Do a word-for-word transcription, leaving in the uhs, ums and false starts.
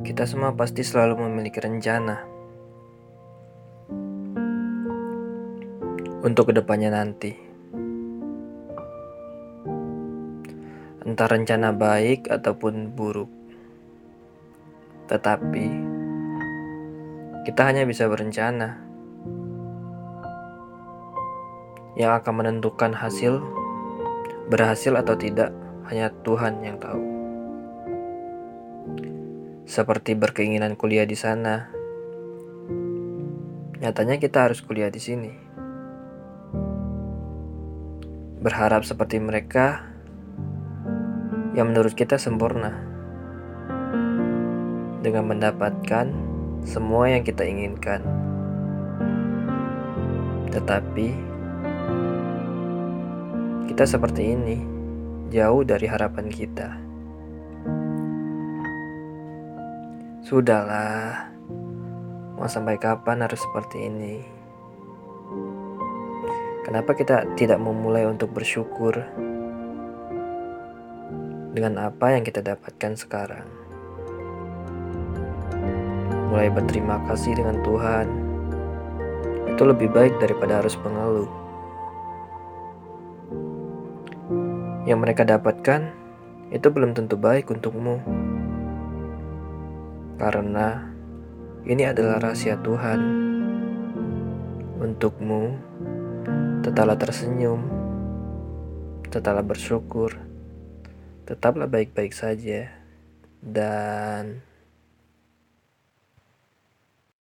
Kita semua pasti selalu memiliki rencana untuk kedepannya nanti. Entah rencana baik ataupun buruk. Tetapi kita hanya bisa berencana. Yang akan menentukan hasil berhasil atau tidak hanya Tuhan yang tahu. Seperti berkeinginan kuliah di sana, nyatanya kita harus kuliah di sini. Berharap seperti mereka yang menurut kita sempurna, dengan mendapatkan semua yang kita inginkan. Tetapi kita seperti ini, jauh dari harapan kita. Sudahlah, mau sampai kapan harus seperti ini? Kenapa kita tidak memulai untuk bersyukur dengan apa yang kita dapatkan sekarang? Mulai berterima kasih dengan Tuhan, itu lebih baik daripada harus mengeluh. Yang mereka dapatkan, itu belum tentu baik untukmu. Karena ini adalah rahasia Tuhan. Untukmu, tetaplah tersenyum, tetaplah bersyukur, tetaplah baik-baik saja, dan